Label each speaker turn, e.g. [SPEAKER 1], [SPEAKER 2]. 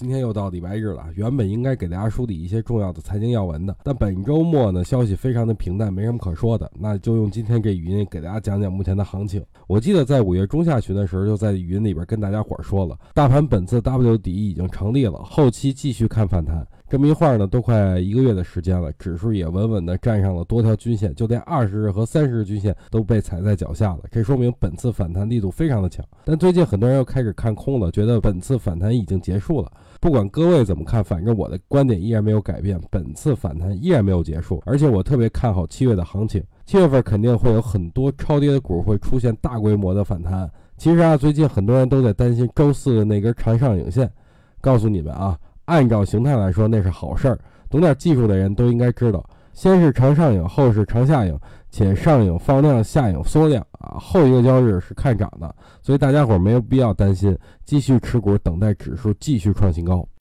[SPEAKER 1] 今天又到礼拜日了，原本应该给大家梳理一些重要的财经要闻的，但本周末呢，消息非常的平淡，没什么可说的，那就用今天这语音给大家讲讲目前的行情。我记得在5月中下旬的时候，就在语音里边跟大家伙说了，大盘本次 W 底已经成立了，后期继续看反弹。这么一会儿呢，都快1个月的时间了，指数也稳稳的站上了多条均线，就连20日和30日均线都被踩在脚下了，这说明本次反弹力度非常的强。但最近很多人又开始看空了，觉得本次反弹已经结束了。不管各位怎么看，反正我的观点依然没有改变，本次反弹依然没有结束，而且我特别看好7月的行情。7月份肯定会有很多超跌的股会出现大规模的反弹。其实啊，最近很多人都在担心周四的那根长上影线，告诉你们啊，按照形态来说那是好事儿，懂点技术的人都应该知道，先是长上影，后是长下影，且上影放量，下影缩量啊，后一个交易日是看涨的，所以大家伙没有必要担心，继续持股等待指数继续创新高。